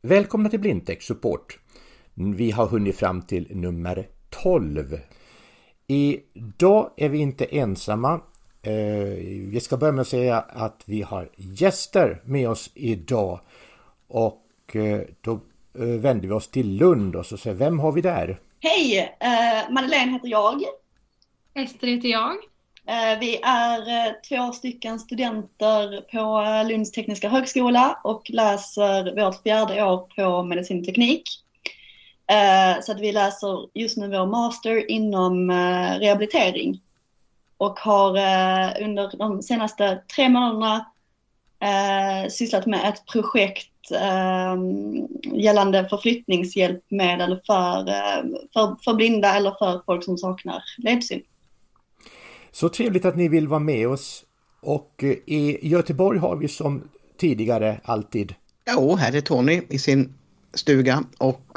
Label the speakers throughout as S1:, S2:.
S1: Välkomna till Blindtech Support. Vi har hunnit fram till nummer 12. Idag är vi inte ensamma. Vi ska börja med att säga att vi har gäster med oss idag. Och då vänder vi oss till Lund och så säger vem har vi där?
S2: Hej, Madeleine heter jag.
S3: Ester heter jag.
S2: Vi är 2 stycken studenter på Lunds tekniska högskola och läser vårt 4:e år på medicinteknik. Så att vi läser just nu vår master inom rehabilitering och har under de senaste 3 månaderna sysslat med ett projekt gällande förflyttningshjälpmedel för blinda eller för folk som saknar ledsyn.
S1: Så trevligt att ni vill vara med oss. Och i Göteborg har vi som tidigare alltid.
S4: Ja, här är Tony i sin stuga och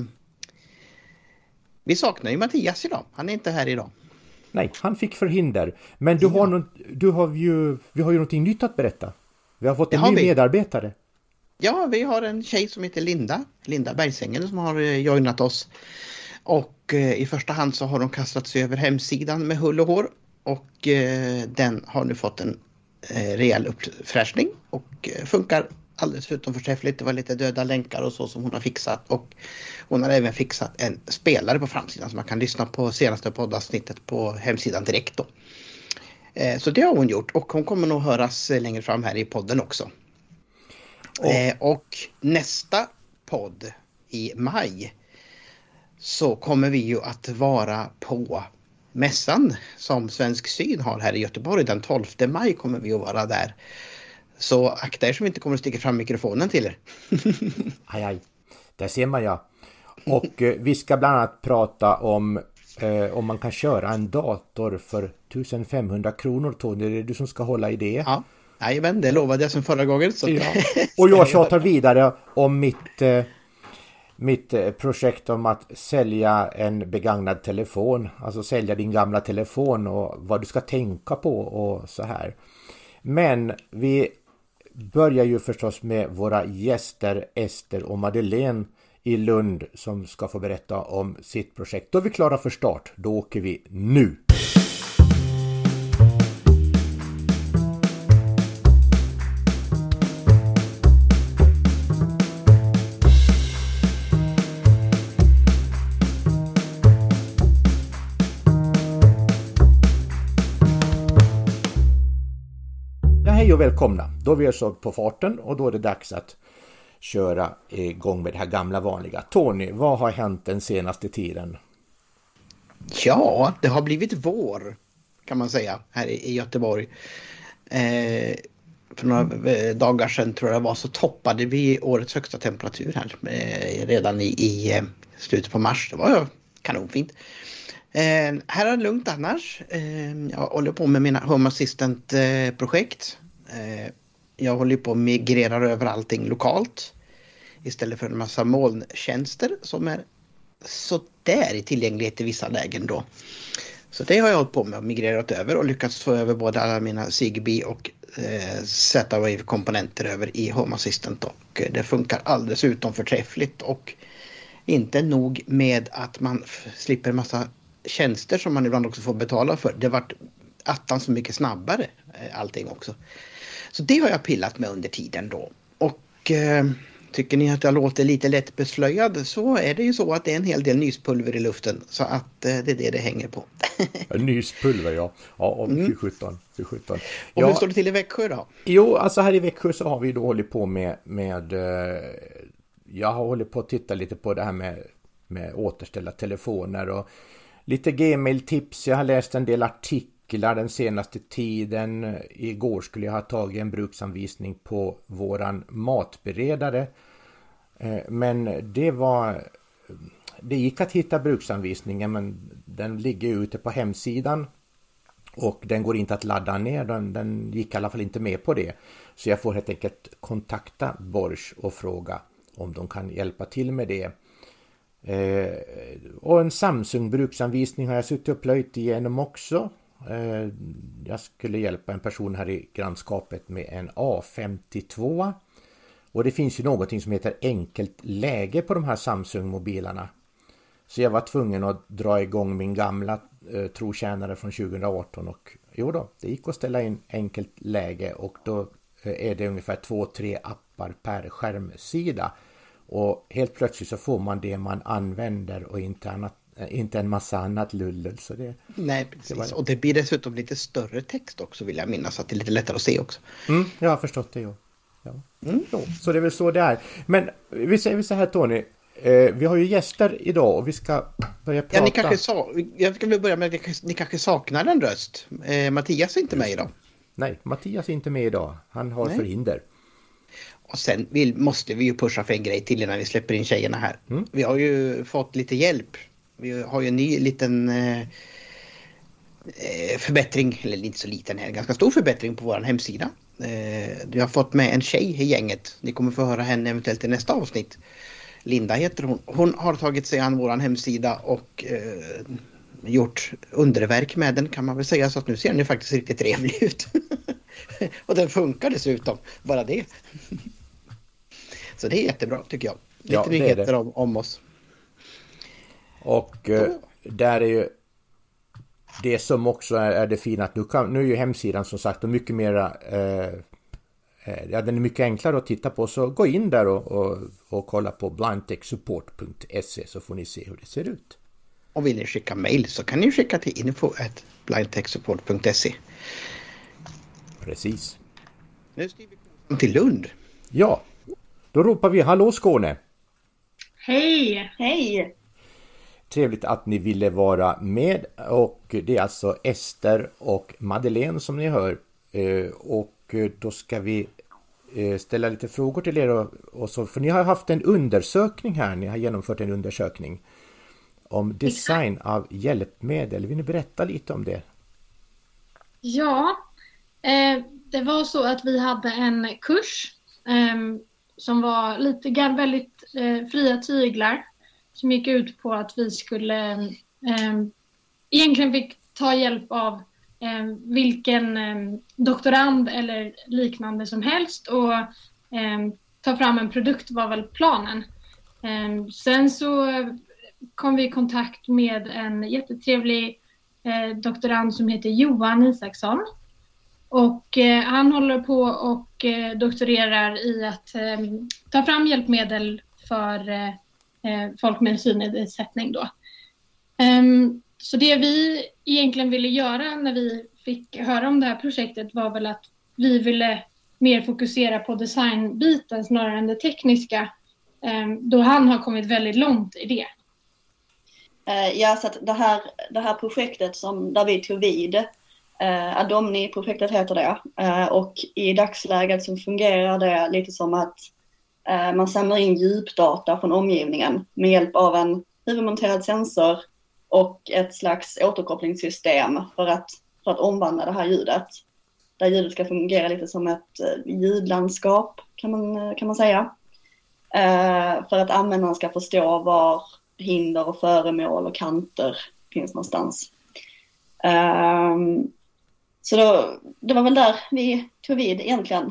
S4: vi saknar ju Mattias idag. Han är inte här idag.
S1: Nej, han fick förhinder. Men vi har ju någonting nytt att berätta. Vi har fått en ny medarbetare.
S4: Ja, vi har en tjej som heter Linda Bergsängen som har joinat oss. Och i första hand så har de kastat sig över hemsidan med hull och hår. Och den har nu fått en rejäl uppfräschning och funkar alldeles förutom förträffligt. Det var lite döda länkar och så som hon har fixat. Och hon har även fixat en spelare på framsidan så man kan lyssna på senaste poddavsnittet på hemsidan direkt då. Så det har hon gjort och hon kommer nog höras längre fram här i podden också. Och nästa podd i maj så kommer vi ju att vara på mässan som Svensk Syn har här i Göteborg. Den 12 maj kommer vi att vara där. Så akta er som inte kommer att sticka fram mikrofonen till er.
S1: Aj, där ser man ja. Och vi ska bland annat prata om man kan köra en dator för 1500 kronor. Tony, det är du som ska hålla i det.
S4: Ja, men det lovade jag som förra gången. Så.
S1: Ja. Och jag tjatar vidare om mitt projekt om att sälja en begagnad telefon. Alltså sälja din gamla telefon och vad du ska tänka på och så här. Men vi börjar ju förstås med våra gäster Ester och Madeleine i Lund som ska få berätta om sitt projekt. Då är vi klara för start. Då åker vi nu! Hej och välkomna. Då är vi så på farten och då är det dags att köra igång med det här gamla vanliga. Tony, vad har hänt den senaste tiden?
S4: Ja, det har blivit vår kan man säga här i Göteborg. För några dagar sedan tror jag det var så toppade vi årets högsta temperatur här redan i slutet på mars. Det var kanonfint. Här är det lugnt annars. Jag håller på med mina Home Assistant-projekt. Jag håller på att migrera över allting lokalt istället för en massa molntjänster som är så där i tillgänglighet i vissa lägen då. Så det har jag hållit på med att migrera över och lyckats få över både alla mina Zigbee och Z-Wave-komponenter över i Home Assistant och det funkar alldeles utom förträffligt och inte nog med att man slipper en massa tjänster som man ibland också får betala för. Det har varit attan så mycket snabbare allting också. Så det har jag pillat med under tiden då. Och tycker ni att jag låter lite lätt beslöjad så är det ju så att det är en hel del nyspulver i luften. Så att det är det hänger på.
S1: Nyspulver, ja. Ja, 2017.
S4: Och hur står det till i Växjö då?
S1: Jo, alltså här i Växjö så har vi då hållit på med jag har hållit på att titta lite på det här med återställa telefoner och lite Gmail-tips. Jag har läst en del artiklar den senaste tiden. Igår skulle jag ha tagit en bruksanvisning på våran matberedare. Men det gick att hitta bruksanvisningen men den ligger ute på hemsidan. Och den går inte att ladda ner. Den gick i alla fall inte med på det. Så jag får helt enkelt kontakta Borsch och fråga om de kan hjälpa till med det. Och en Samsung-bruksanvisning har jag suttit och plöjt igenom också. Jag skulle hjälpa en person här i grannskapet med en A52. Och det finns ju någonting som heter enkelt läge på de här Samsung-mobilerna. Så jag var tvungen att dra igång min gamla trotjänare från 2018 och jo då, det gick att ställa in enkelt läge och då är det ungefär 2-3 appar per skärmsida. Och helt plötsligt så får man det man använder och inte en massa annat lullel. Så det,
S4: nej, precis. Och det blir dessutom lite större text också, vill jag minnas, så att det är lite lättare att se också.
S1: Jag har förstått det, ja. Så det är väl så det är. Men vi säger så här, Tony. Vi har ju gäster idag och vi ska börja prata.
S4: Jag ska väl börja med att ni kanske saknar en röst. Mattias är inte med idag.
S1: Nej, Mattias är inte med idag. Han har förhinder.
S4: Och sen måste vi ju pusha för en grej till innan vi släpper in tjejerna här. Vi har ju fått lite hjälp. Vi har ju en ny liten förbättring, eller inte så liten, en ganska stor förbättring på vår hemsida. Vi har fått med en tjej i gänget. Ni kommer få höra henne eventuellt i nästa avsnitt. Linda heter hon. Hon har tagit sig an vår hemsida och gjort underverk med den, kan man väl säga, så att nu ser den ju faktiskt riktigt trevlig ut. Och den funkar dessutom, bara det. Så det är jättebra tycker jag. Lite nyheter om oss. Och
S1: där är ju det som också är det fina att nu är ju hemsidan som sagt och mycket mera den är mycket enklare att titta på, så gå in där och kolla på blindtechsupport.se så får ni se hur det ser ut.
S4: Och vill ni skicka mejl så kan ni skicka till info@blindtechsupport.se.
S1: Precis.
S4: Nu ska vi komma till Lund.
S1: Ja, då ropar vi hallå Skåne.
S3: Hej!
S2: Hej!
S1: Trevligt att ni ville vara med, och det är alltså Ester och Madeleine som ni hör, och då ska vi ställa lite frågor till er och så, för ni har haft en undersökning här, ni har genomfört en undersökning om design av hjälpmedel. Vill ni berätta lite om det?
S3: Ja, det var så att vi hade en kurs som var lite väldigt fria tyglar, som gick ut på att vi skulle egentligen fick ta hjälp av vilken doktorand eller liknande som helst och ta fram en produkt var väl planen. Sen så kom vi i kontakt med en jättetrevlig doktorand som heter Johan Isaksson. Och han håller på och doktorerar i att ta fram hjälpmedel för folk med synnedsättning då. Så det vi egentligen ville göra när vi fick höra om det här projektet var väl att vi ville mer fokusera på designbiten snarare än det tekniska, då han har kommit väldigt långt i det.
S2: Ja, så att det här projektet där vi tog vid, Adomni-projektet heter det, och i dagsläget så fungerar det lite som att man samlar in djupdata från omgivningen med hjälp av en huvudmonterad sensor och ett slags återkopplingssystem för att omvandla det här ljudet. Där ljudet ska fungera lite som ett ljudlandskap kan man säga. För att användaren ska förstå var hinder och föremål och kanter finns någonstans. Så det var väl där vi tog vid egentligen.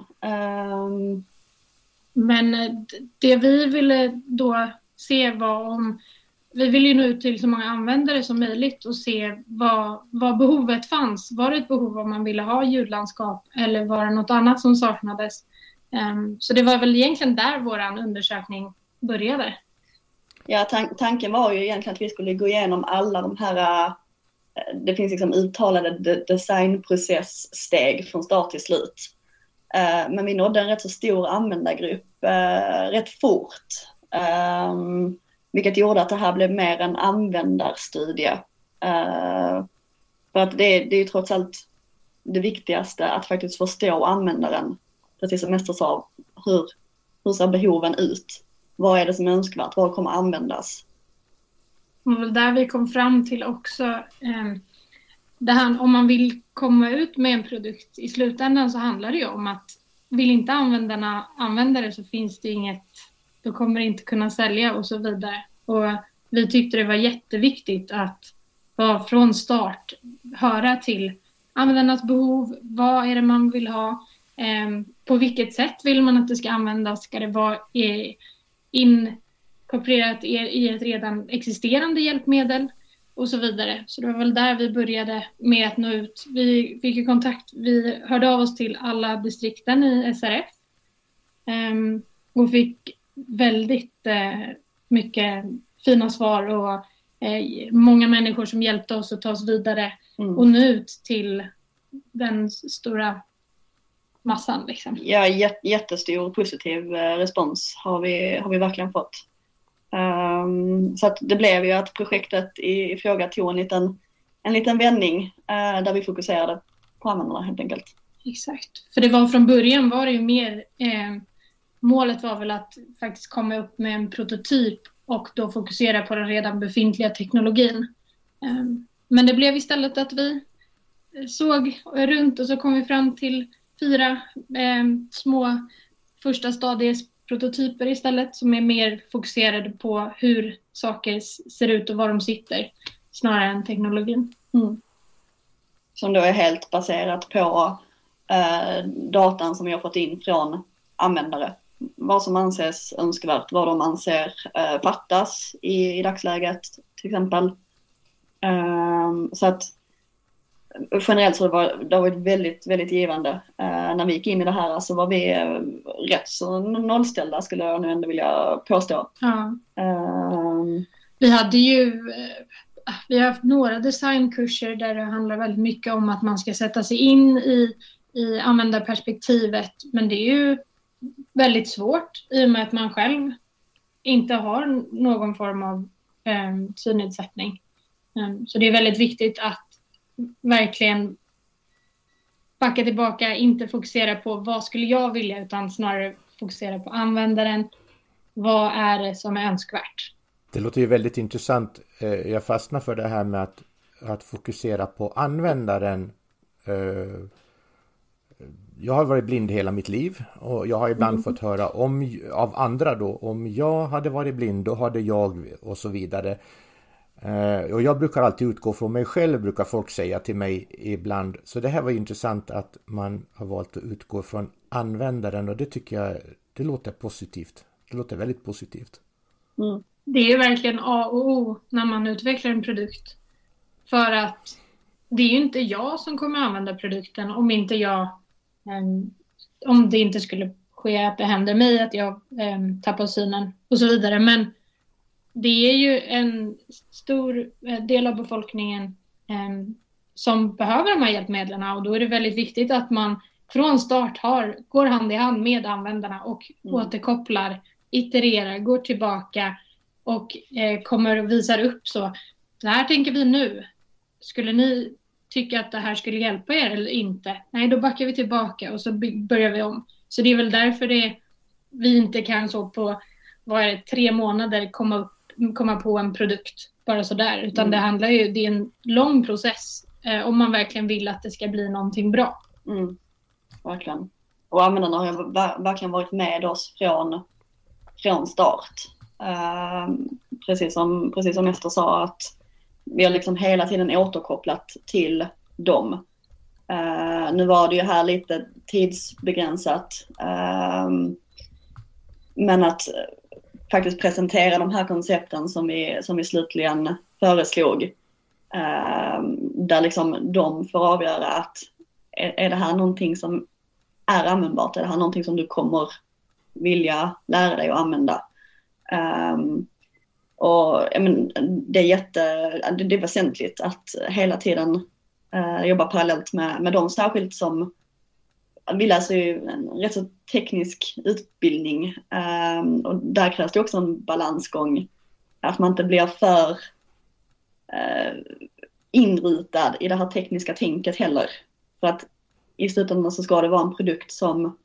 S3: Men det vi ville då se var om vi vill ju nå ut till så många användare som möjligt och se vad behovet fanns. Var det ett behov om man ville ha ljudlandskap eller var det något annat som saknades? Så det var väl egentligen där vår undersökning började.
S2: Ja, tanken var ju egentligen att vi skulle gå igenom alla de här, det finns liksom uttalade designprocesssteg från start till slut. Men vi nådde en rätt så stor användargrupp rätt fort. Vilket gjorde att det här blev mer en användarstudie. För att det är ju trots allt det viktigaste att faktiskt förstå användaren. Precis som Ester sa, hur ser behoven ut? Vad är det som är önskvärt? Vad kommer användas?
S3: Och väl där vi kom fram till också, det här, om man vill komma ut med en produkt i slutändan så handlar det ju om att vill inte användarna använda det så finns det inget, då kommer det inte kunna sälja och så vidare. Och vi tyckte det var jätteviktigt att från start höra till användarnas behov, vad är det man vill ha, På vilket sätt vill man att det ska användas? Ska det vara inkorporerat i ett redan existerande hjälpmedel? Och så vidare. Så det var väl där vi började med att nå ut. Vi fick ju kontakt, vi hörde av oss till alla distrikten i SRF. Och fick väldigt mycket fina svar och många människor som hjälpte oss att ta oss vidare och nå ut till den stora massan. Liksom.
S2: Ja, jättestor positiv respons har vi verkligen fått. Så att det blev ju att projektet i fråga tog en liten vändning där vi fokuserade på användarna helt enkelt.
S3: Exakt, för det var från början var det ju mer målet var väl att faktiskt komma upp med en prototyp och då fokusera på den redan befintliga teknologin. Men det blev istället att vi såg runt och så kom vi fram till 4 små första stadies prototyper istället som är mer fokuserade på hur saker ser ut och var de sitter snarare än teknologin.
S2: Som då är helt baserat på datan som vi har fått in från användare. Vad som anses önskvärt, vad de anser fattas i dagsläget till exempel. Så att generellt så det har varit väldigt, väldigt givande. När vi gick in i det här så var vi rätt så nollställda skulle jag nu ändå vilja påstå.
S3: Ja. Vi har haft några designkurser där det handlar väldigt mycket om att man ska sätta sig in i användarperspektivet. Men det är ju väldigt svårt i och med att man själv inte har någon form av synnedsättning. Så det är väldigt viktigt att verkligen backa tillbaka, inte fokusera på vad skulle jag vilja utan snarare fokusera på användaren. Vad är det som är önskvärt?
S1: Det låter ju väldigt intressant. Jag fastnar för det här med att fokusera på användaren. Jag har varit blind hela mitt liv och jag har ibland fått höra av andra då, om jag hade varit blind då hade jag och så vidare. Och jag brukar alltid utgå från mig själv, brukar folk säga till mig ibland. Så det här var intressant att man har valt att utgå från användaren och det tycker jag, det låter positivt. Det låter väldigt positivt.
S3: Det är ju verkligen A och O när man utvecklar en produkt. För att det är ju inte jag som kommer använda produkten om det inte skulle ske att det händer mig att jag tappar synen och så vidare. Men det är ju en stor del av befolkningen som behöver de här hjälpmedlen och då är det väldigt viktigt att man från start går hand i hand med användarna och återkopplar, itererar, går tillbaka och kommer och visar upp så. Det här tänker vi nu. Skulle ni tycka att det här skulle hjälpa er eller inte? Nej, då backar vi tillbaka och så börjar vi om. Så det är väl därför vi inte kan så på 3 månader komma på en produkt bara sådär. Utan det är en lång process om man verkligen vill att det ska bli någonting bra.
S2: Verkligen. Och användarna har verkligen varit med oss från start. Precis som Ester sa att vi har liksom hela tiden återkopplat till dem. Nu var det ju här lite tidsbegränsat. Men att faktiskt presentera de här koncepten som vi slutligen föreslog. Där liksom de får avgöra att är det här någonting som är användbart? Är det här någonting som du kommer vilja lära dig att använda? Och det är väsentligt att hela tiden jobba parallellt med dem, särskilt som vi läser ju en rätt så teknisk utbildning och där krävs det också en balansgång, att man inte blir för inrutad i det här tekniska tänket heller, för att i slutändan så ska det vara en produkt som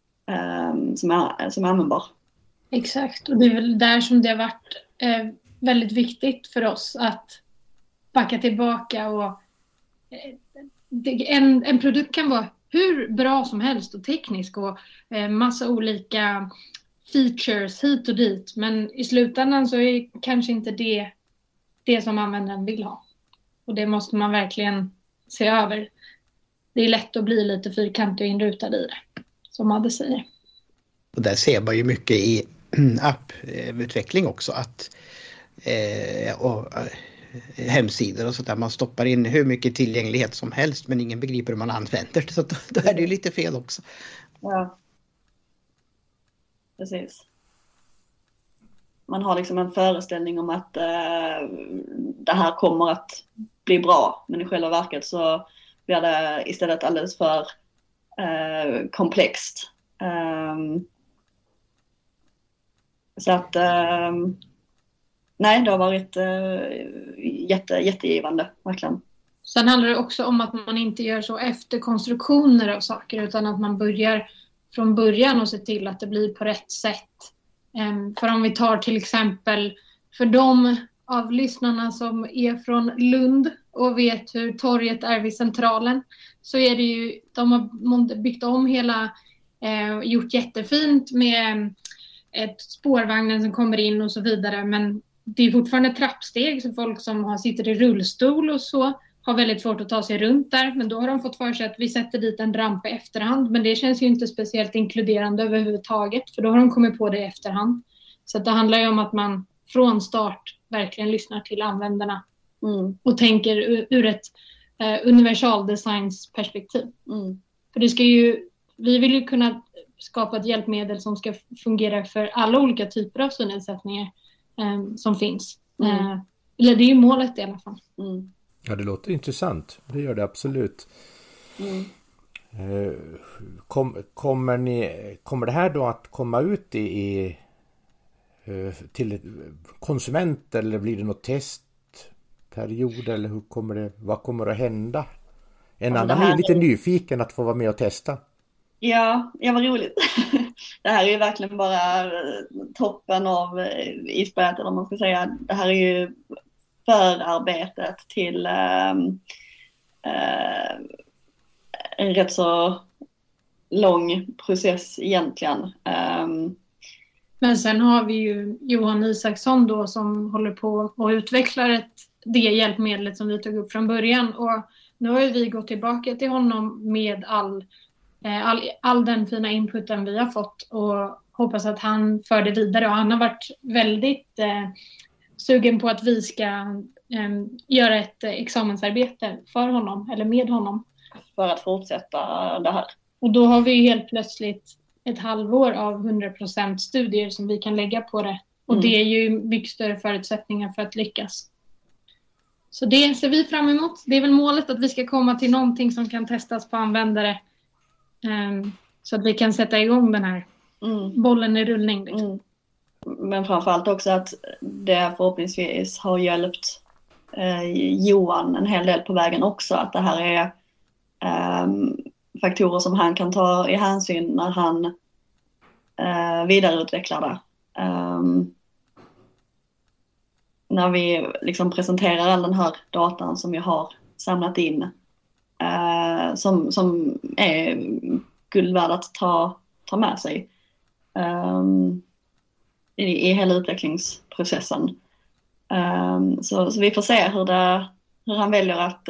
S2: är användbar.
S3: Exakt, och det är väl där som det har varit väldigt viktigt för oss att backa tillbaka och en produkt kan vara hur bra som helst och teknisk och massa olika features hit och dit, men i slutändan så är kanske inte det som användaren vill ha, och det måste man verkligen se över. det är lätt att bli lite fyrkantig och inrutad i det, som Madde säger.
S4: Och där ser man ju mycket i apputveckling också att hemsidor och så där man stoppar in hur mycket tillgänglighet som helst men ingen begriper hur man använder det, så då är det ju lite fel också.
S2: Ja, precis. Man har liksom en föreställning om att det här kommer att bli bra, men i själva verket så blir det istället alldeles för komplext. Så att nej, det har varit jättegivande, verkligen.
S3: Sen handlar det också om att man inte gör så efterkonstruktioner av saker, utan att man börjar från början och ser till att det blir på rätt sätt. För om vi tar till exempel för de av lyssnarna som är från Lund och vet hur torget är vid Centralen, så är det ju, de har byggt om hela, gjort jättefint med ett spårvagnen som kommer in och så vidare, men det är fortfarande trappsteg, så folk som sitter i rullstol och så har väldigt svårt att ta sig runt där, men då har de fått för sig att vi sätter dit en ramp i efterhand, men det känns ju inte speciellt inkluderande överhuvudtaget, för då har de kommit på det i efterhand. Så att det handlar ju om att man från start verkligen lyssnar till användarna och tänker ur ett universaldesignsperspektiv. För det ska ju, vi vill ju kunna skapa ett hjälpmedel som ska fungera för alla olika typer av synnedsättningar som finns. Eller det är ju målet i alla fall.
S1: Ja, det låter intressant. Det gör det absolut. Kommer det här då att komma ut till konsumenter, eller blir det något testperiod, eller vad kommer att hända? En annan är lite nyfiken att få vara med och testa. Ja,
S2: vad roligt. Det här är ju verkligen bara toppen av isberget, eller man ska säga. Det här är ju förarbetet till en rätt så lång process egentligen.
S3: Men sen har vi ju Johan Isaksson då, som håller på och utvecklar det hjälpmedlet som vi tog upp från början, och nu har ju vi gått tillbaka till honom med all den fina inputen vi har fått och hoppas att han för det vidare, och han har varit väldigt sugen på att vi ska göra ett examensarbete för honom eller med honom
S2: för att fortsätta det här.
S3: Och då har vi helt plötsligt ett halvår av 100% studier som vi kan lägga på det, och det är ju mycket större förutsättningar för att lyckas. Så det ser vi fram emot. Det är väl målet att vi ska komma till någonting som kan testas på användare, så att vi kan sätta igång den här bollen i rullning. Liksom.
S2: Men framförallt också att det förhoppningsvis har hjälpt Johan en hel del på vägen också. Att det här är faktorer som han kan ta i hänsyn när han vidareutvecklar det. När vi liksom presenterar all den här datan som vi har samlat in, som är guld värd att ta med sig i hela utvecklingsprocessen. Så vi får se hur han väljer att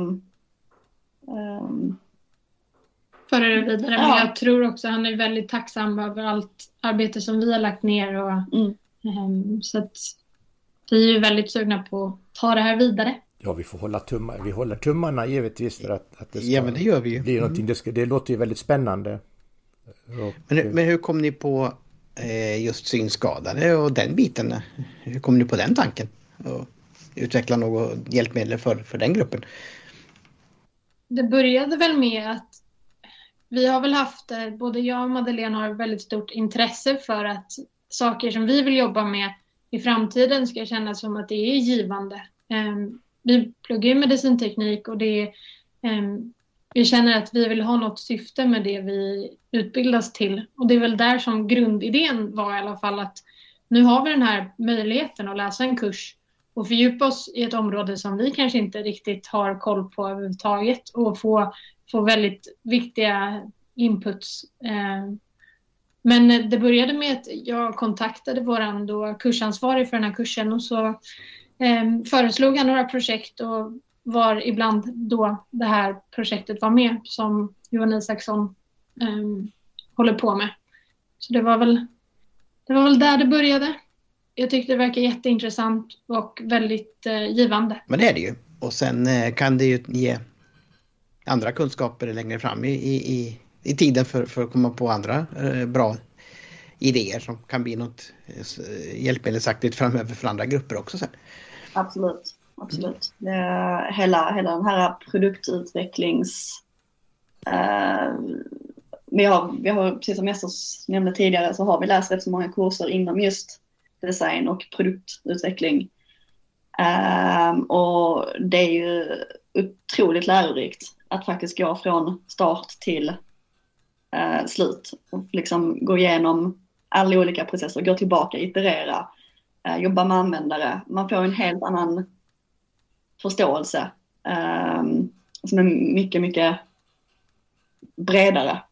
S3: föra det vidare. Ja. Men jag tror också att han är väldigt tacksam över allt arbete som vi har lagt ner. Och, så att vi är ju väldigt sugna på att ta det här vidare.
S1: Ja, vi håller tummarna givetvis för att det ska,
S4: ja, men det gör vi ju.
S1: Bli någonting. Det låter ju väldigt spännande.
S4: Men hur kom ni på just synskadade och den biten? Hur kom ni på den tanken? Och utveckla något hjälpmedel för den gruppen?
S3: Det började väl med att vi har väl haft, både jag och Madeleine har väldigt stort intresse för att saker som vi vill jobba med i framtiden ska kännas som att det är givande. Vi pluggar ju medicinteknik, och vi känner att vi vill ha något syfte med det vi utbildas till. Och det är väl där som grundidén var i alla fall, att nu har vi den här möjligheten att läsa en kurs och fördjupa oss i ett område som vi kanske inte riktigt har koll på överhuvudtaget, och få väldigt viktiga inputs. Men det började med att jag kontaktade våran då kursansvarig för den här kursen, och så föreslog han några projekt, och var ibland då det här projektet var med som Johan Isaksson håller på med. Så det var väl där det började. Jag tyckte det verkar jätteintressant och väldigt givande.
S4: Men det är det ju. Och sen kan det ju ge andra kunskaper längre fram i tiden för att komma på andra bra idéer som kan bli något hjälpmedelsaktigt framöver för andra grupper också sen.
S2: Absolut. Hela den här produktutvecklings... Vi har, precis som Essos nämnde tidigare, så har vi läst rätt så många kurser inom just design och produktutveckling. Och det är ju otroligt lärorikt att faktiskt gå från start till slut. Och liksom gå igenom alla olika processer, gå tillbaka, iterera, jobba med användare. Man får en helt annan förståelse som är mycket, mycket bredare.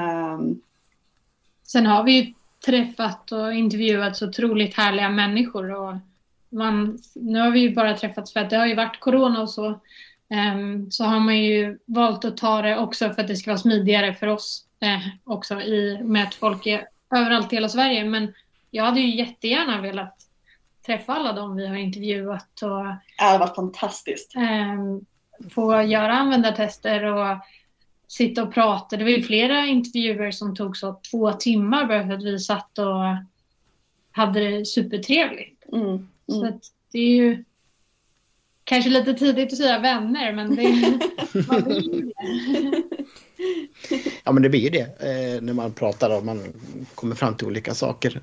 S3: Sen har vi ju träffat och intervjuat så otroligt härliga människor och nu har vi ju bara träffats för att det har ju varit corona och så har man ju valt att ta det också för att det ska vara smidigare för oss också i med att folk är överallt i hela Sverige, men jag hade ju jättegärna velat träffa alla dem vi har intervjuat och
S2: det har varit fantastiskt.
S3: Få göra användartester och sitta och prata. Det var ju flera intervjuer som tog så 2 timmar bara för att vi satt och hade det supertrevligt. Så att det är ju kanske lite tidigt att säga vänner, men man blir ju det.
S4: Ja, men det blir ju det när man pratar och man kommer fram till olika saker.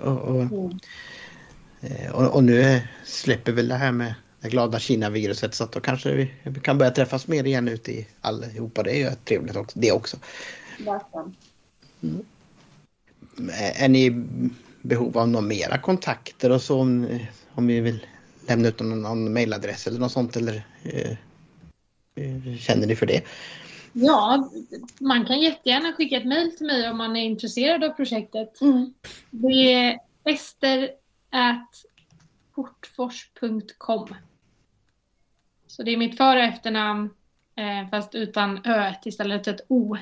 S4: Och nu släpper väl det här med det glada Kina-viruset, så att då kanske vi kan börja träffas mer igen ute i allihopa. Det är ju trevligt också, det också. Är ni i behov av några mera kontakter och så om vi vill lämna ut någon mailadress eller något sånt, eller känner ni för det?
S3: Ja, man kan jättegärna skicka ett mejl till mig om man är intresserad av projektet. Det är ester@portfors.com. Så det är mitt för- och efternamn fast utan ö istället ett o.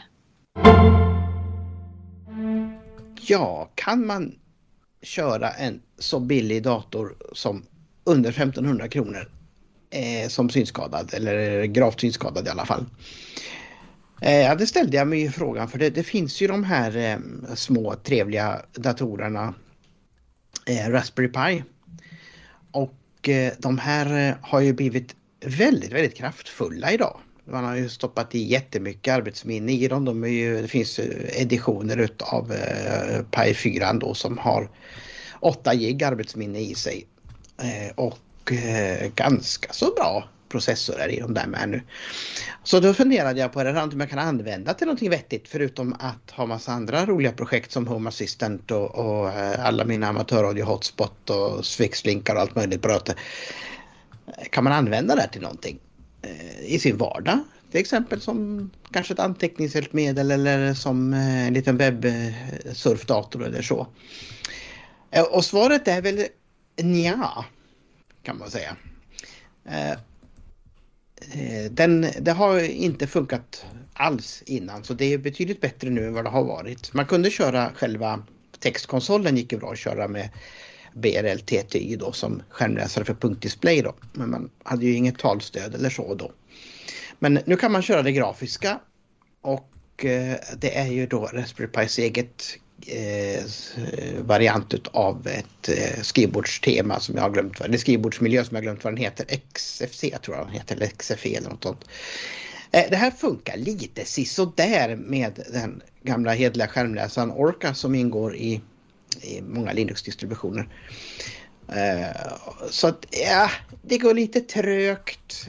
S4: Ja, kan man köra en så billig dator som under 1500 kronor som synskadad, eller gravt synskadad i alla fall? Ja, det ställde jag mig i frågan, för det finns ju de här små trevliga datorerna, Raspberry Pi, och de här har ju blivit väldigt, väldigt kraftfulla idag. Man har ju stoppat i jättemycket arbetsminne i dem. Det finns editioner av Pi 4 då som har 8 gig arbetsminne i sig. Och ganska så bra processorer i de där med nu. Så då funderade jag på det, om jag kan använda till någonting vettigt förutom att ha massa andra roliga projekt som Home Assistant och alla mina amatörradio hotspot och Swixlinkar och allt möjligt bröte. Kan man använda det till någonting i sin vardag? Till exempel som kanske ett anteckningshjälpmedel eller som en liten webbsurfdator eller så. Och svaret är väl nja, kan man säga. Det har inte funkat alls innan, så det är betydligt bättre nu än vad det har varit. Man kunde köra själva textkonsolen, gick ju bra att köra med BRL TTY då som skärmläsare för punktdisplay då, men man hade ju inget talstöd eller så då. Men nu kan man köra det grafiska, och det är ju då Raspberry Pis eget variant av ett skrivbordstema som jag har glömt, eller skrivbordsmiljö som jag har glömt vad den heter, XFC tror jag den heter, eller XFE eller något sånt. Det här funkar lite sisådär med den gamla hedliga skärmläsaren Orca som ingår i många Linux-distributioner. Så att ja, det går lite trögt.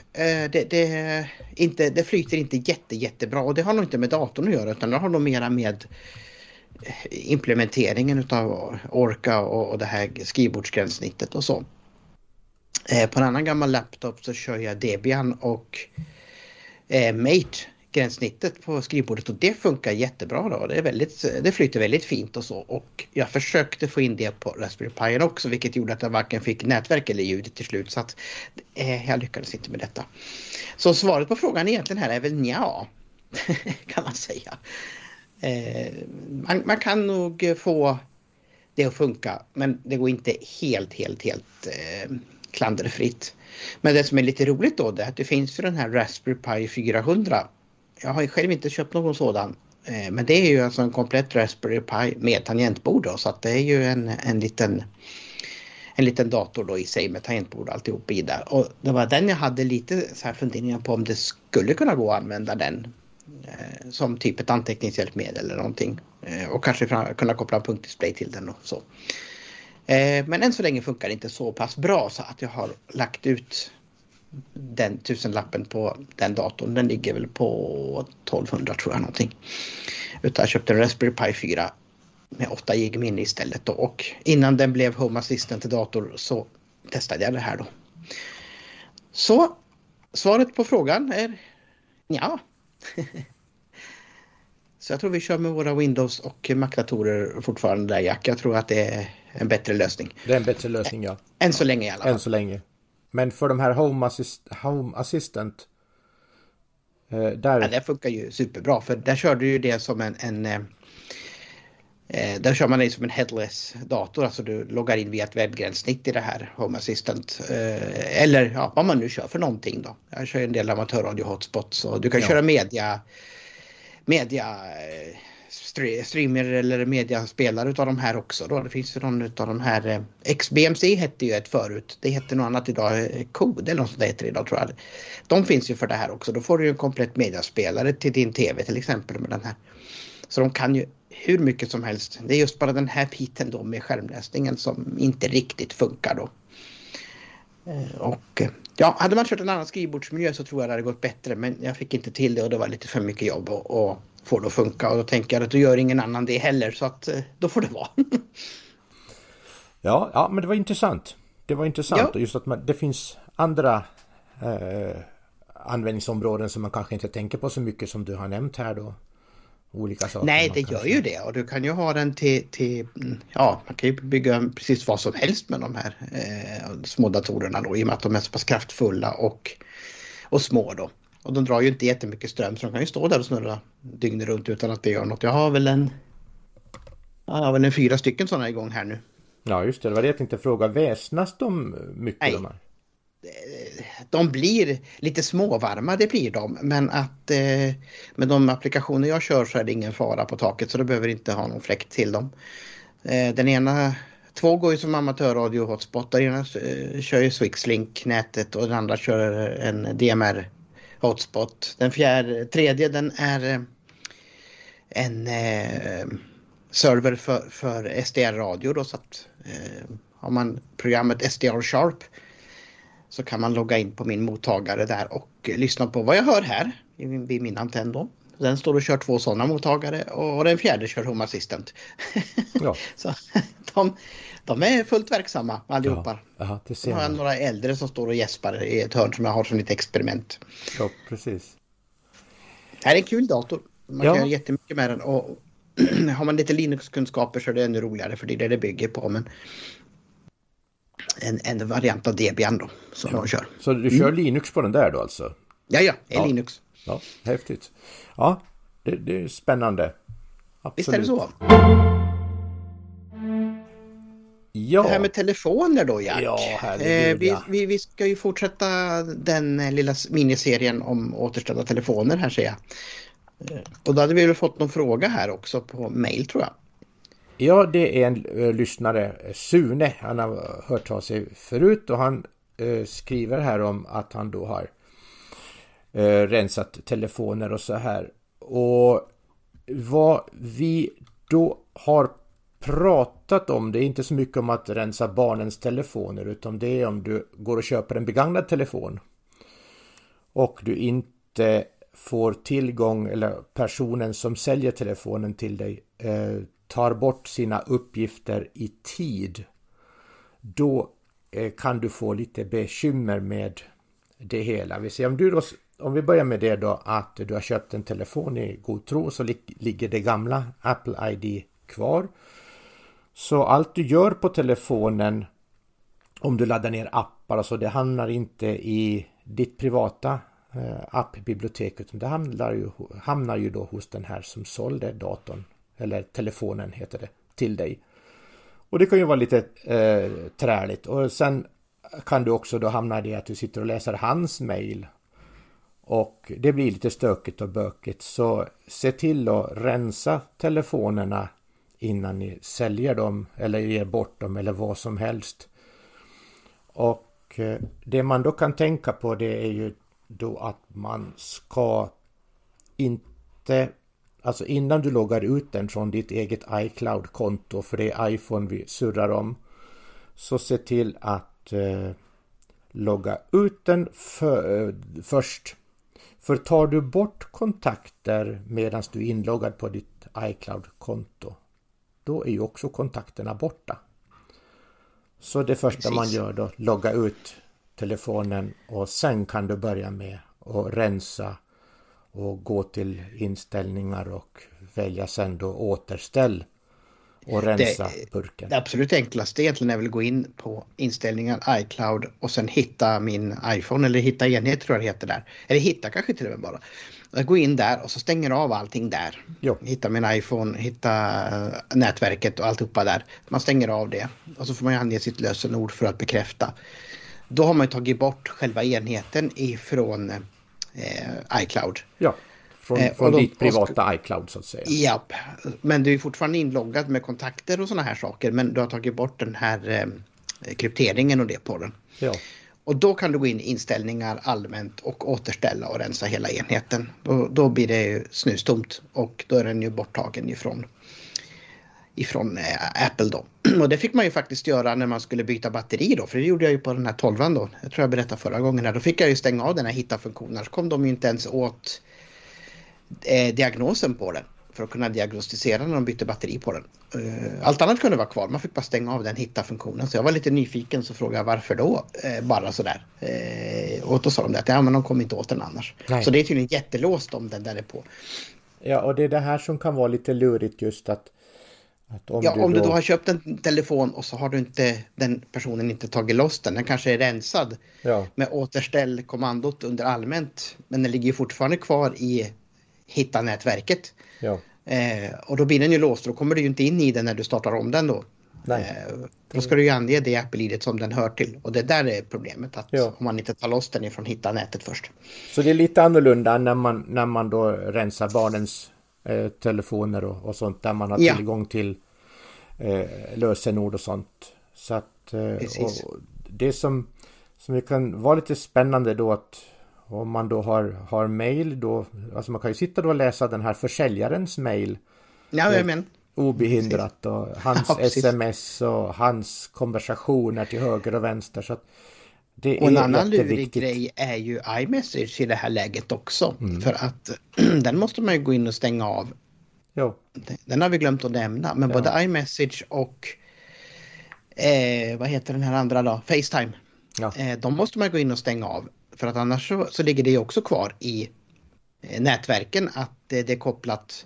S4: Det flyter inte jättebra, och det har nog inte med datorn att göra, utan det har nog mera med implementeringen utav Orca och det här skrivbordsgränssnittet och så. På en annan gammal laptop så kör jag Debian och Mate gränssnittet på skrivbordet och det funkar jättebra då. Det flyter väldigt fint och så. Och jag försökte få in det på Raspberry Pi också, vilket gjorde att jag varken fick nätverk eller ljud till slut. Så att jag lyckades inte med detta. Så svaret på frågan egentligen här är väl nja, kan man säga. Man kan nog få det att funka, men det går inte helt klanderfritt. Men det som är lite roligt då är att det finns för den här Raspberry Pi 400. Jag har själv inte köpt någon sådan. Men det är ju alltså en komplett Raspberry Pi med tangentbord då, så att det är ju en liten dator då i sig med tangentbord och alltihop i där. Och det var den jag hade lite så här funderingar på om det skulle kunna gå att använda den som typ ett anteckningshjälpmedel eller någonting. Och kanske kunna koppla en punktdisplay till den och så. Men än så länge funkar det inte så pass bra så att jag har lagt ut den 1000-lappen på den datorn. Den ligger väl på 1200 tror jag någonting. Utan jag köpte en Raspberry Pi 4 med 8 GB minne istället då. Och innan den blev Home Assistant till dator så testade jag det här då. Så svaret på frågan är ja. Så jag tror vi kör med våra Windows och Mac-datorer fortfarande där, Jack. Jag tror att det är en bättre lösning.
S1: Det är en bättre lösning, ja.
S4: Än så länge i alla fall.
S1: Än så länge. Men för de här Home Assistant där...
S4: Ja, det funkar ju superbra. För där kör du ju det som där kör man det som en headless dator. Alltså du loggar in via ett webbgränssnitt i det här Home Assistant. Eller ja, vad man nu kör för någonting då. Jag kör en del amatörradio hotspots. Och du kan köra media streamer eller mediaspelare utav de här också då. Det finns ju någon utav de här XBMC hette ju ett förut. Det heter något annat idag, Code eller något sånt heter idag tror jag. De finns ju för det här också. Då får du ju en komplett mediaspelare till din tv till exempel med den här. Så de kan ju hur mycket som helst. Det är just bara den här biten då med skärmläsningen som inte riktigt funkar då. Och ja, hade man kört en annan skrivbordsmiljö så tror jag det hade gått bättre, men jag fick inte till det och det var lite för mycket jobb och få det att funka, och då tänker jag att du gör ingen annan det heller, så att då får det vara.
S1: Ja, men det var intressant. Det var intressant, och just att det finns andra användningsområden som man kanske inte tänker på så mycket som du har nämnt här då. Olika saker.
S4: Nej, det gör ju det, och du kan ju ha den till ja, man kan ju bygga precis vad som helst med de här små datorerna då, i och med att de är så pass kraftfulla och små då. Och de drar ju inte jättemycket ström, så de kan ju stå där och snurra dygnet runt utan att det gör något. Jag har väl en 4 stycken sådana igång här nu. Ja,
S1: just det. Det var det jag tänkte fråga. Väsnas de mycket?
S4: Nej.
S1: De här?
S4: De blir lite småvarma, det blir de. Men att med de applikationer jag kör så är det ingen fara på taket, så du behöver inte ha någon fläkt till dem. Den ena, 2 går ju som amatörradio hotspot. Den ena kör ju Swixlink-nätet och den andra kör en DMR hotspot. Den tredje den är en server för SDR-radio då, så att har man programmet SDR Sharp så kan man logga in på min mottagare där och lyssna på vad jag hör här vid min antenn då. Den står och kör 2 sådana mottagare och den fjärde kör Home Assistant.
S1: Ja.
S4: Så de är fullt verksamma allihopa.
S1: Ja, det ser
S4: jag har några äldre som står och gäspar i ett hörn som jag har som ett experiment.
S1: Ja, precis.
S4: Det här är en kul dator. Man kan göra jättemycket med den, och har man lite Linux-kunskaper så är det ännu roligare, för det är det bygger på. Men en variant av Debian då som de kör.
S1: Så du kör Linux på den där då alltså?
S4: Ja, Linux.
S1: Ja, häftigt. Ja, det är spännande. Absolut.
S4: Visst är det så?
S1: Ja.
S4: Det här med telefoner då, Jack.
S1: Ja,
S4: vi ska ju fortsätta den lilla miniserien om återställda telefoner här, ser jag. Och då hade vi väl fått någon fråga här också på mail, tror jag.
S1: Ja, det är en lyssnare, Sune. Han har hört av sig förut och han skriver här om att han då har rensat telefoner och så här. Och vad vi då har pratat om, det är inte så mycket om att rensa barnens telefoner, utan det är om du går och köper en begagnad telefon och du inte får tillgång, eller personen som säljer telefonen till dig tar bort sina uppgifter i tid, då kan du få lite bekymmer med det hela. Vi ser om vi börjar med det då, att du har köpt en telefon i god tro, så ligger det gamla Apple ID kvar. Så allt du gör på telefonen, om du laddar ner appar och så, det hamnar inte i ditt privata appbibliotek, utan det hamnar ju då hos den här som sålde datorn, eller telefonen heter det, till dig. Och det kan ju vara lite träligt. Och sen kan du också då hamna i det att du sitter och läser hans mejl. Och det blir lite stökigt och bökigt. Så se till att rensa telefonerna innan ni säljer dem eller ger bort dem eller vad som helst. Och det man då kan tänka på, det är ju då att man ska inte, alltså innan du loggar ut den från ditt eget iCloud-konto, för det är iPhone vi surrar om, så se till att logga ut den först. För tar du bort kontakter medan du är inloggad på ditt iCloud-konto, då är ju också kontakterna borta. Så det första man gör då, logga ut telefonen, och sen kan du börja med att rensa och gå till inställningar och välja sen då återställ och rensa burken.
S4: Det absolut enklaste egentligen är väl att gå in på inställningar, iCloud, och sen hitta min iPhone, eller hitta enhet tror jag det heter där. Eller hitta kanske till och med bara. Jag går in där och så stänger av allting där.
S1: Jo.
S4: Hitta min iPhone, hitta nätverket och alltihopa där. Man stänger av det och så får man ju ange sitt lösenord för att bekräfta. Då har man ju tagit bort själva enheten ifrån iCloud.
S1: Ja, från ditt privata iCloud så att säga.
S4: Ja, men du är fortfarande inloggad med kontakter och såna här saker, men du har tagit bort den här krypteringen och det på den.
S1: Ja.
S4: Och då kan du gå in i inställningar allmänt och återställa och rensa hela enheten. Då blir det ju snustomt, och då är den ju borttagen ifrån Apple då. Och det fick man ju faktiskt göra när man skulle byta batteri då, för det gjorde jag ju på den här 12an då. Jag tror jag berättade förra gången här. Då fick jag ju stänga av den här hitta-funktionen, så kom de ju inte ens åt diagnosen på den för att kunna diagnostisera när de bytte batteri på den. Allt annat kunde vara kvar, man fick bara stänga av den hitta-funktionen. Så jag var lite nyfiken, så frågade jag varför då, bara sådär. Och då sa de att men de kommer inte åt den annars. Nej. Så det är tydligen jättelåst om den där är på.
S1: Ja, och det är det här som kan vara lite lurigt, just att
S4: om du då har köpt en telefon och så har du inte, den personen inte tagit loss den kanske är rensad med återställ-kommandot under allmänt, men den ligger ju fortfarande kvar i hitta-nätverket. Ja. Och då blir den ju låst, och då kommer du ju inte in i den när du startar om den då. Då ska du ju ange det Apple-idet som den hör till, och det där är problemet, att om man inte tar loss den ifrån hitta-nätet först.
S1: Så det är lite annorlunda när man då rensar barnens telefoner och sånt, där man har tillgång till lösenord och sånt. Så att och det som kan vara lite spännande då, att om man då har mail då, alltså man kan ju sitta då och läsa den här försäljarens mail.
S4: Ja, jag menar.
S1: Obehindrat, och hans sms och hans konversationer till höger och vänster, så att det
S4: och en annan lurig grej är ju iMessage i det här läget också. För att den måste man ju gå in och stänga av.
S1: Jo.
S4: Den har vi glömt att nämna. Men både iMessage och vad heter den här andra då? FaceTime. Ja. De måste man gå in och stänga av. För att annars så ligger det också kvar i nätverken, att det är kopplat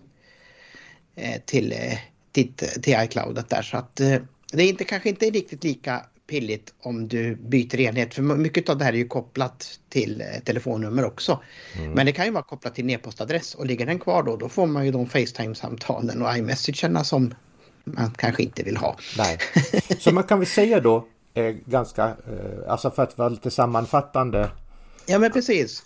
S4: till iCloud där. Så att det är kanske inte riktigt lika pilligt om du byter enhet, för mycket av det här är ju kopplat till telefonnummer också. Men det kan ju vara kopplat till en e-postadress, och ligger den kvar då får man ju de FaceTime-samtalen och iMessagerna som man kanske inte vill ha.
S1: Nej. Så man kan väl säga då ganska, alltså för att vara lite sammanfattande.
S4: Ja, men precis.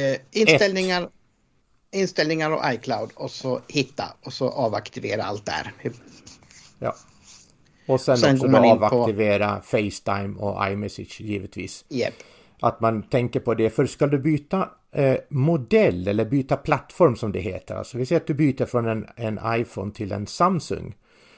S4: Inställningar och iCloud, och så hitta och så avaktivera allt där.
S1: Ja. Och sen också man avaktivera FaceTime och iMessage givetvis.
S4: Yep.
S1: Att man tänker på det. För ska du byta modell eller byta plattform som det heter. Alltså vi säger att du byter från en iPhone till en Samsung.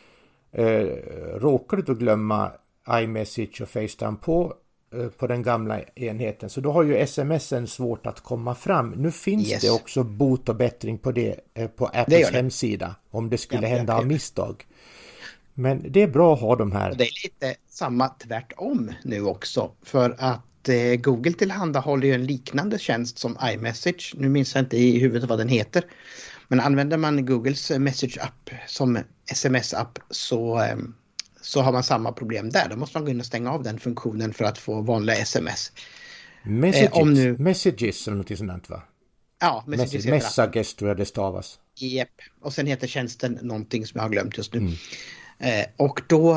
S1: Råkar du då glömma iMessage och FaceTime på den gamla enheten, så då har ju sms'en svårt att komma fram. Nu finns det också bot och bättring på det på Apples hemsida, om det skulle hända av misstag. Men det är bra att ha de här.
S4: Och det är lite samma tvärtom nu också, för att att Google tillhandahåller ju en liknande tjänst som iMessage. Nu minns jag inte i huvudet vad den heter. Men använder man Googles Message-app som SMS-app så har man samma problem där. Då måste man gå in och stänga av den funktionen för att få vanliga sms.
S1: Messages eller något sånt, va?
S4: Ja,
S1: Messages tror jag det stavas.
S4: Japp. Och sen heter tjänsten någonting som jag har glömt just nu. Och då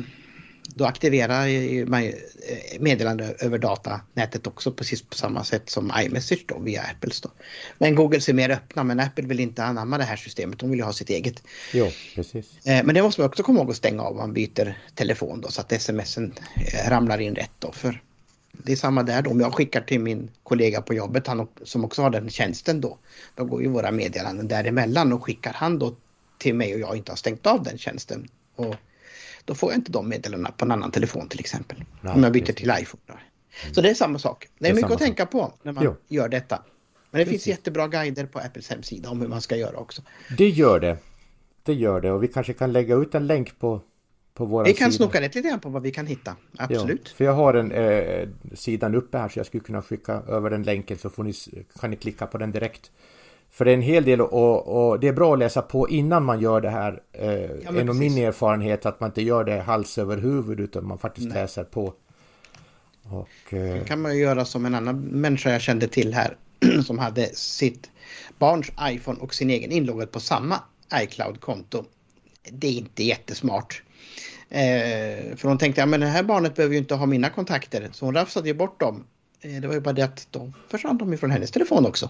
S4: aktiverar man meddelande över datanätet också precis på samma sätt som iMessage då via Apples då. Men Google ser mer öppna, men Apple vill inte anamma det här systemet. De vill ju ha sitt eget.
S1: Jo, precis.
S4: Men det måste man också komma ihåg att stänga av om man byter telefon då, så att sms'en ramlar in rätt då. För det är samma där då. Om jag skickar till min kollega på jobbet, han som också har den tjänsten då går ju våra meddelanden däremellan, och skickar han då till mig och jag inte har stängt av den tjänsten. Och då får jag inte de meddelandena på en annan telefon till exempel. Ja, om jag byter till iPhone. Så det är samma sak. Det är mycket att tänka på när man gör detta. Men det finns jättebra guider på Apples hemsida om hur man ska göra också.
S1: Det gör det. Och vi kanske kan lägga ut en länk på våra
S4: Vi kan snoka lite grann på vad vi kan hitta. Absolut.
S1: Ja, för jag har en sidan uppe här, så jag skulle kunna skicka över den länken, så kan ni klicka på den direkt. För det är en hel del, och det är bra att läsa på innan man gör det här. En av min erfarenhet att man inte gör det hals över huvud, utan man faktiskt läser på. Och,
S4: det kan man ju göra som en annan människa jag kände till här som hade sitt barns iPhone och sin egen inloggad på samma iCloud-konto. Det är inte jättesmart. För hon tänkte, men det här barnet behöver ju inte ha mina kontakter. Så hon rafsade ju bort dem. Det var ju bara det att då försvann de ifrån hennes telefon också.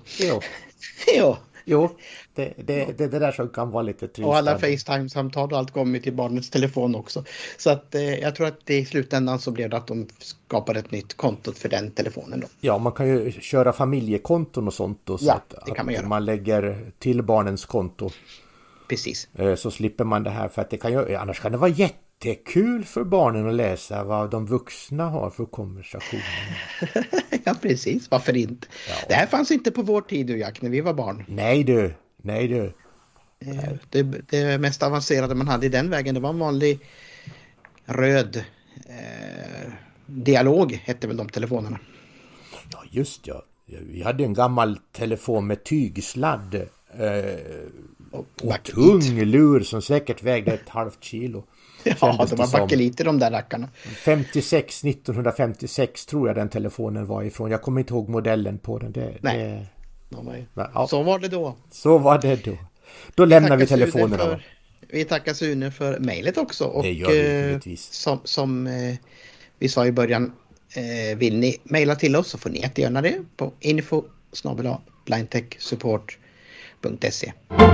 S1: Jo, det där som kan vara lite trist.
S4: Och alla FaceTime-samtal och allt kommer till barnets telefon också. Så att jag tror att i slutändan så blev det att de skapade ett nytt konto för den telefonen då.
S1: Ja, man kan ju köra familjekonton och sånt då, så
S4: det kan man göra.
S1: Man lägger till barnens konto.
S4: Precis.
S1: Så slipper man det här, för att annars kan det vara jättekul för barnen att läsa vad de vuxna har för konversationer.
S4: Ja, precis. Varför inte? Ja. Det här fanns inte på vår tid, Jack, när vi var barn.
S1: Nej du.
S4: Det mest avancerade man hade i den vägen, det var en vanlig röd dialog, hette väl de telefonerna.
S1: Ja, just ja. Vi hade en gammal telefon med tygsladd och tung lur som säkert vägde ett halvt kilo.
S4: Ja, det var bakeliter de där rackarna.
S1: 1956 tror jag den telefonen var ifrån. Jag kommer inte ihåg modellen på den.
S4: Så var det då.
S1: Då lämnar vi telefonerna.
S4: Vi tackar Sune för mejlet också. Och
S1: det gör vi givetvis.
S4: Som vi sa i början, vill ni mejla till oss så får ni jättegärna det på info@blindtechsupport.se.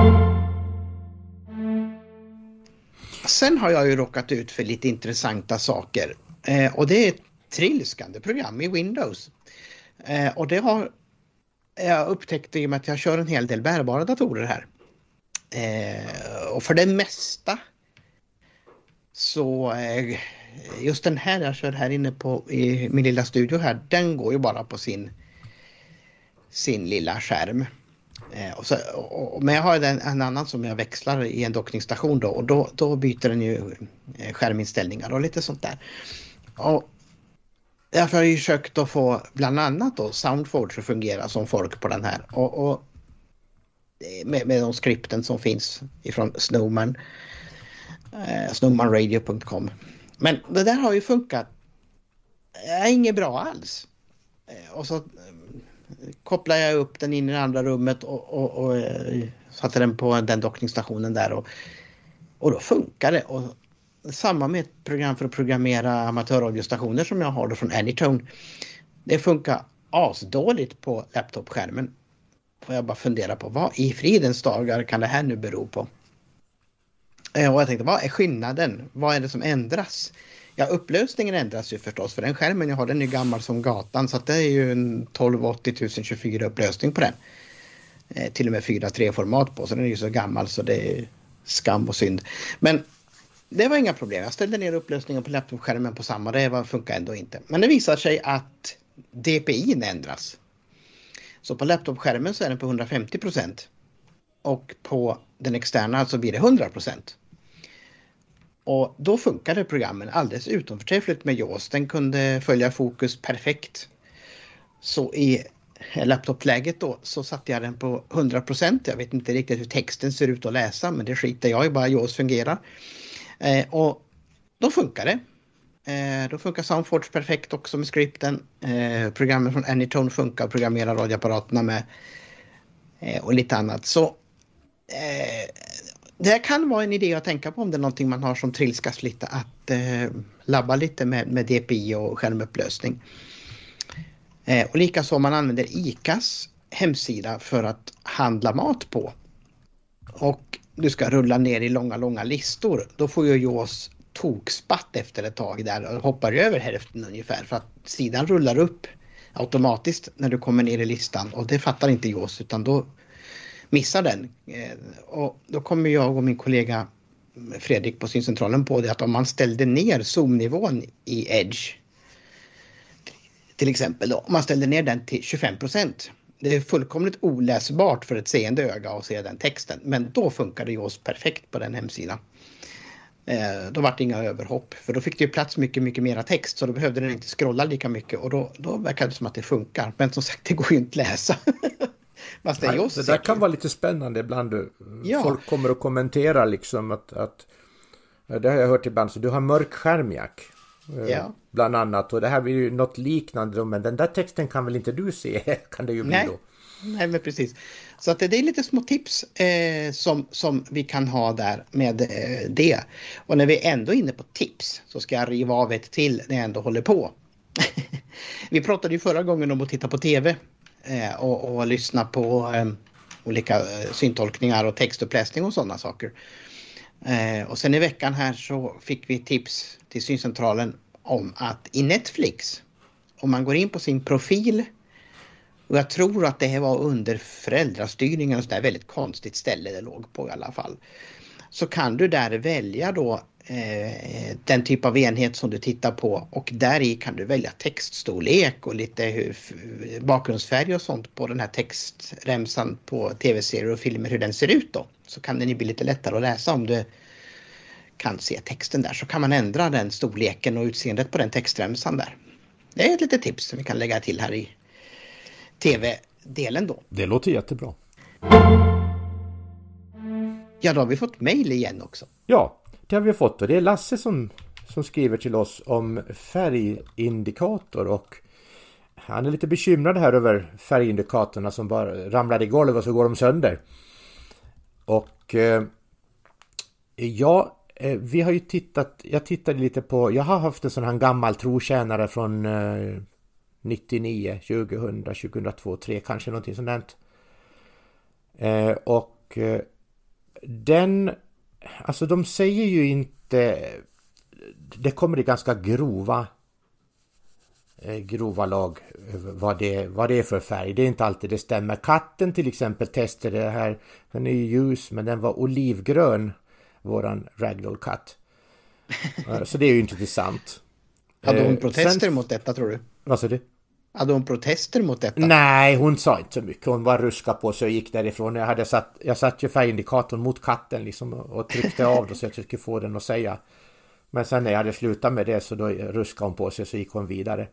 S4: Sen har jag ju råkat ut för lite intressanta saker. Och det är ett trilskande program i Windows. Och det har jag upptäckt i och med att jag kör en hel del bärbara datorer här. Och för det mesta så just den här jag kör här inne i min lilla studio här, den går ju bara på sin lilla skärm. Men jag har en annan som jag växlar i en dockningsstation då, och då byter den ju skärminställningar och lite sånt där. Och därför har jag ju försökt att få bland annat då Soundforge att fungera som folk på den här. Och med de skripten som finns ifrån Snowman, snowmanradio.com. Men det där har ju funkat inget bra alls. Och så kopplar jag upp den in i det andra rummet och satte den på den dockningsstationen där och då funkar det. Och samma med ett program för att programmera amatörradiostationer som jag har då från Anytone. Det funkar asdåligt på laptopskärmen. Och jag bara funderar på vad i fridens dagar kan det här nu bero på? Och jag tänkte, vad är skillnaden? Vad är det som ändras? Ja, upplösningen ändras ju förstås, för den skärmen jag har, den är gammal som gatan, så att det är ju en 1280 1024 upplösning på den. Till och med 4:3-format på, så den är ju så gammal så det är skam och synd. Men det var inga problem. Jag ställde ner upplösningen på laptopskärmen på samma, det funkar ändå inte. Men det visar sig att DPI ändras. Så på laptopskärmen så är den på 150% och på den externa så blir det 100%. Och då funkade programmen alldeles utomförträffligt med JAWS. Den kunde följa fokus perfekt. Så i laptopläget då så satte jag den på 100%. Jag vet inte riktigt hur texten ser ut att läsa, men det skiter jag i, bara JAWS fungerar. Och då funkar det. Då funkar Soundforge perfekt också med skripten. Programmen från Anytone funkar, programmera radioapparaterna med och lite annat. Så det kan vara en idé att tänka på om det är någonting man har som trilskas lite, att labba lite med DPI och skärmupplösning. Och likaså man använder ICAs hemsida för att handla mat på. Och du ska rulla ner i långa listor. Då får ju JAWS tokspatt efter ett tag där och hoppar över hälften ungefär, för att sidan rullar upp automatiskt när du kommer ner i listan, och det fattar inte JAWS, utan då missar den. Och då kommer jag och min kollega Fredrik på syncentralen på det, att om man ställde ner zoomnivån i Edge till exempel då, om man ställde ner den till 25%, det är fullkomligt oläsbart för ett seende öga att se den texten, men då funkade JAWS perfekt på den hemsidan. Då var det inga överhopp, för då fick det ju plats mycket mera text, så då behövde den inte scrolla lika mycket, och då verkade det som att det funkar. Men som sagt, det går ju inte att läsa.
S1: Det där kan vara lite spännande ibland. Ja. Folk kommer att kommentera liksom att det har jag hört ibland, så du har mörk skärm, Jack. Ja. Bland annat, och det här blir ju något liknande, men den där texten kan väl inte du se, kan det ju bli då.
S4: Nej, men precis. Så att det är lite små tips som vi kan ha där med det. Och när vi är ändå inne på tips så ska jag riva av ett till när jag ändå håller på. Vi pratade ju förra gången om att titta på tv och lyssna på olika syntolkningar och textuppläsning och sådana saker. Och sen i veckan här så fick vi tips till syncentralen om att i Netflix, om man går in på sin profil, och jag tror att det här var under föräldrastyrningen och så där, väldigt konstigt ställe det låg på i alla fall, så kan du där välja då den typ av enhet som du tittar på, och där i kan du välja textstorlek och lite bakgrundsfärg och sånt på den här textremsan på tv-serier och filmer, hur den ser ut då. Så kan den ju bli lite lättare att läsa om du kan se texten där, så kan man ändra den storleken och utseendet på den textremsan där. Det är ett litet tips som vi kan lägga till här i tv-delen då.
S1: Det låter jättebra.
S4: Ja, då har vi fått mejl igen också.
S1: Ja, det har vi fått, och det är Lasse som skriver till oss om färgindikator, och han är lite bekymrad här över färgindikatorerna som bara ramlar i golvet och så går de sönder. Och vi har ju jag tittade lite på, jag har haft en sån här gammal trotjänare från 99, 2000, 2002, 2003 kanske någonting sånt där. Och den, alltså de säger ju inte, det kommer i ganska grova lag vad det är för färg. Det är inte alltid det stämmer. Katten till exempel testade det här, den är ju ljus men den var olivgrön, våran ragdoll katt. Så det är ju inte intressant.
S4: Hade hon protester mot detta, tror du?
S1: Vad sa du?
S4: Hade hon protester mot detta?
S1: Nej, hon sa inte så mycket. Hon var ruska på sig och gick därifrån. Jag satt ju färgindikatorn mot katten liksom och tryckte av då så jag skulle få den att säga. Men sen när jag hade slutat med det så då ruskade hon på sig så gick hon vidare.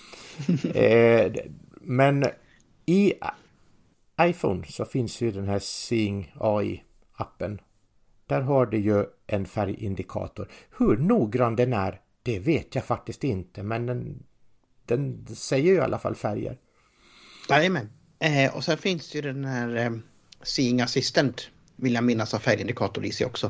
S1: Men i iPhone så finns ju den här Seeing AI-appen. Där har det ju en färgindikator. Hur noggrann den är, det vet jag faktiskt inte. Men den säger ju i alla fall färger.
S4: Jajamän. Och sen finns ju den här Seeing Assistant, vill jag minnas, av färgindikator i sig också.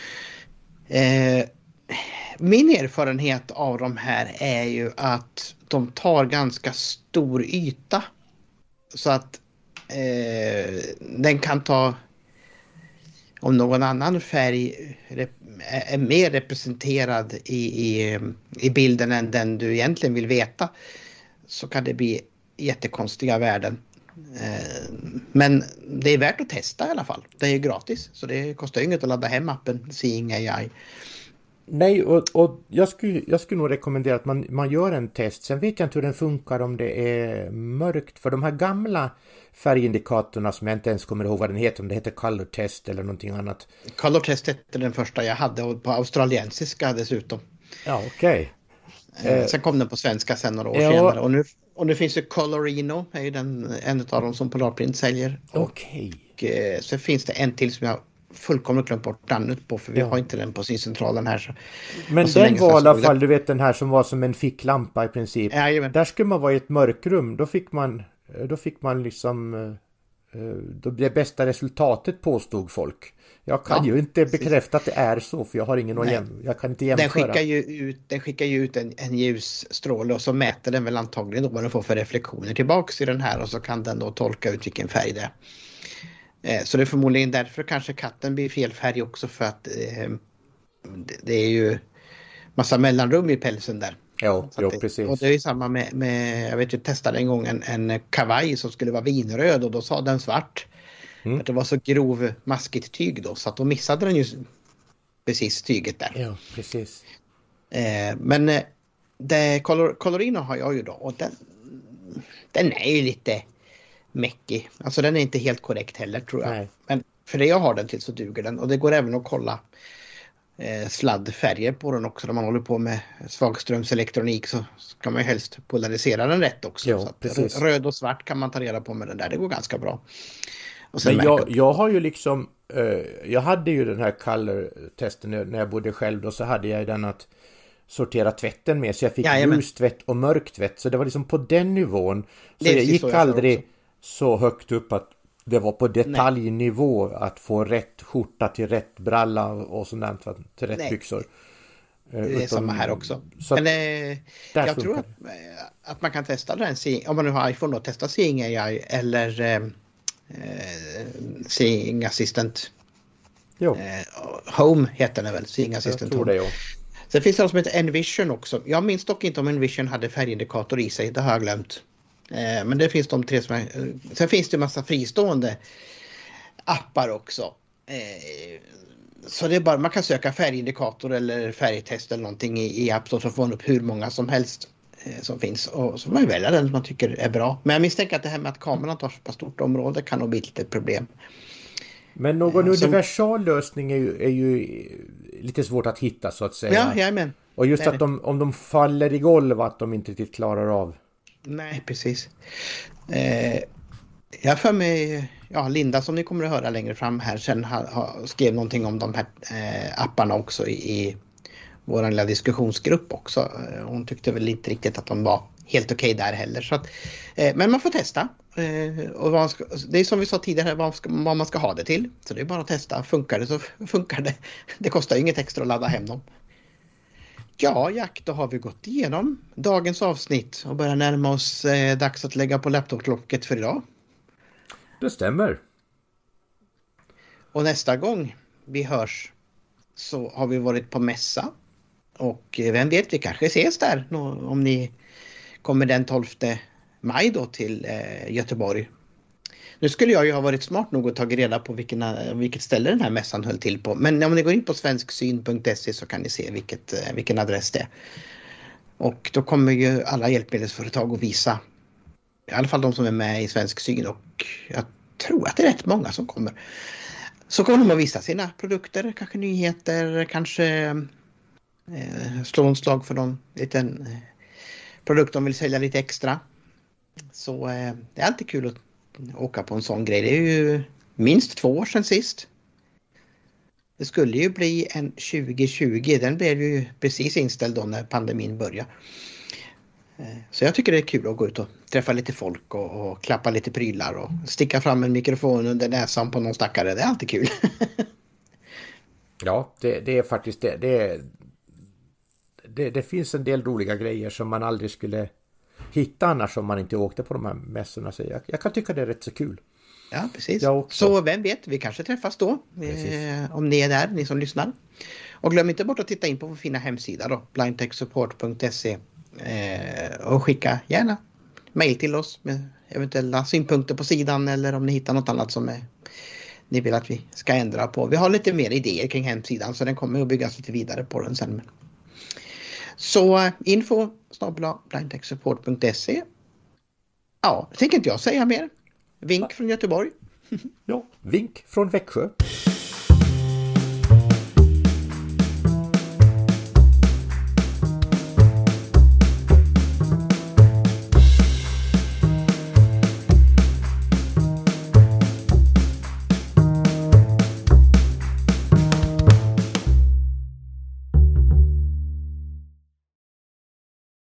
S4: Min erfarenhet av de här är ju att de tar ganska stor yta. Så att den kan ta, om någon annan färg är mer representerad i bilden än den du egentligen vill veta, så kan det bli jättekonstiga värden. Men det är värt att testa i alla fall. Det är ju gratis, så det kostar inget att ladda hem appen Seeing AI.
S1: Nej, och jag skulle nog rekommendera att man gör en test. Sen vet jag inte hur den funkar om det är mörkt. För de här gamla färgindikatorerna som jag inte ens kommer ihåg vad den heter. Om det heter Color Test eller någonting annat.
S4: Color Test hette den första jag hade och på australiensiska dessutom.
S1: Ja, okej.
S4: Sen kom den på svenska sen några år senare. Och nu finns ju Colorino, är ju en av dem som Polarprint säljer.
S1: Okej.
S4: Och så finns det en till som jag fullkomligt glömt bort namnet på, för vi har inte den på syncentralen här. Så,
S1: men den var i alla fall, du vet den här som var som en ficklampa i princip.
S4: Ja,
S1: där skulle man vara i ett mörkrum, då fick man liksom det bästa resultatet, påstod folk. Jag kan ju inte bekräfta att det är så, för jag har ingen jag kan inte jämföra.
S4: Den skickar ju ut en ljusstråle och så mäter den väl antagligen då vad den får för reflektioner tillbaks i den här, och så kan den då tolka ut vilken färg det är. Så det är förmodligen därför kanske katten blir fel färg också, för att det är ju massa mellanrum i pälsen där.
S1: Ja, precis.
S4: Och det är ju samma med jag vet, jag testade en gång en kavaj som skulle vara vinröd och då sa den svart. Att det var så grov maskigt tyg då, så att då missade den ju precis tyget där.
S1: Ja, precis.
S4: Men Colorino har jag ju då, och den är ju lite mäckig. Alltså den är inte helt korrekt heller, tror jag. Nej. Men för det jag har den till så duger den. Och det går även att kolla sladdfärger på den också. När man håller på med svagströmselektronik så kan man ju helst polarisera den rätt också.
S1: Ja,
S4: så att
S1: precis.
S4: Röd och svart kan man ta reda på med den där. Det går ganska bra. Och
S1: sen men jag har ju liksom jag hade ju den här color-testen när jag bodde själv då, så hade jag den att sortera tvätten med, så jag fick ljus tvätt och mörk tvätt, så det var liksom på den nivån. Så jag gick aldrig så högt upp att det var på detaljnivå att få rätt skjorta till rätt bralla och sådant till rätt byxor.
S4: Det är samma här också. Men jag tror att man kan testa den, om man nu har iPhone då, testa Seeing AI eller Seeing Assistant. Home heter den väl, Seeing Assistant Home. Sen finns det något som heter Envision också. Jag minns dock inte om Envision hade färgindikator i sig, det har jag glömt. Men det finns de tre som sen finns det en massa fristående appar också. Så det är bara, man kan söka färgindikator eller färgtest eller någonting i App Store, så får man upp hur många som helst som finns. Och så får man välja den som man tycker är bra. Men jag misstänker att det här med att kameran tar så stort område kan nog bli lite ett problem.
S1: Men någon universal lösning är ju lite svårt att hitta, så att säga.
S4: Ja, jajamän.
S1: Och just att om de faller i golv, att de inte riktigt klarar av.
S4: Nej, precis. Jag för mig, Linda som ni kommer att höra längre fram här sen skrev någonting om de här apparna också i vår lilla diskussionsgrupp också. Hon tyckte väl inte riktigt att de var helt okej där heller. Så att, men man får testa. Och det är som vi sa tidigare, vad man ska ha det till. Så det är bara att testa. Funkar det så funkar det. Det kostar ju inget extra att ladda hem dem. Ja, Jack, då har vi gått igenom dagens avsnitt och börjar närma oss dags att lägga på laptopklocket för idag.
S1: Det stämmer.
S4: Och nästa gång vi hörs så har vi varit på mässa. Och vem vet, vi kanske ses där om ni kommer den 12 maj då till Göteborg. Nu skulle jag ju ha varit smart nog att ta reda på vilket ställe den här mässan höll till på. Men om ni går in på svensksyn.se så kan ni se vilken adress det är. Och då kommer ju alla hjälpmedelsföretag att visa, i alla fall de som är med i Svensk Syn, och jag tror att det är rätt många som kommer. Så kommer de att visa sina produkter, kanske nyheter, kanske slå en slag för någon liten produkt de vill sälja lite extra. Så det är alltid kul att åka på en sån grej. Det är ju minst 2 år sedan sist. Det skulle ju bli en 2020. Den blev ju precis inställd då när pandemin började. Så jag tycker det är kul att gå ut och träffa lite folk och klappa lite prylar och sticka fram en mikrofon under näsan på någon stackare. Det är alltid kul.
S1: Ja, det är faktiskt det. Det finns en del roliga grejer som man aldrig skulle hitta annars om man inte åkte på de här mässorna. Så jag kan tycka det är rätt så kul.
S4: Ja, precis. Så vem vet, vi kanske träffas då. Om ni är där, ni som lyssnar. Och glöm inte bort att titta in på vår fina hemsida då, blindtechsupport.se, och skicka gärna mejl till oss med eventuella synpunkter på sidan, eller om ni hittar något annat som ni vill att vi ska ändra på. Vi har lite mer idéer kring hemsidan så den kommer att byggas lite vidare på den sen. Så info@blindtechsupport.se. Ja, tänker inte jag säga mer. Vink från Göteborg.
S1: Ja, vink från Växjö.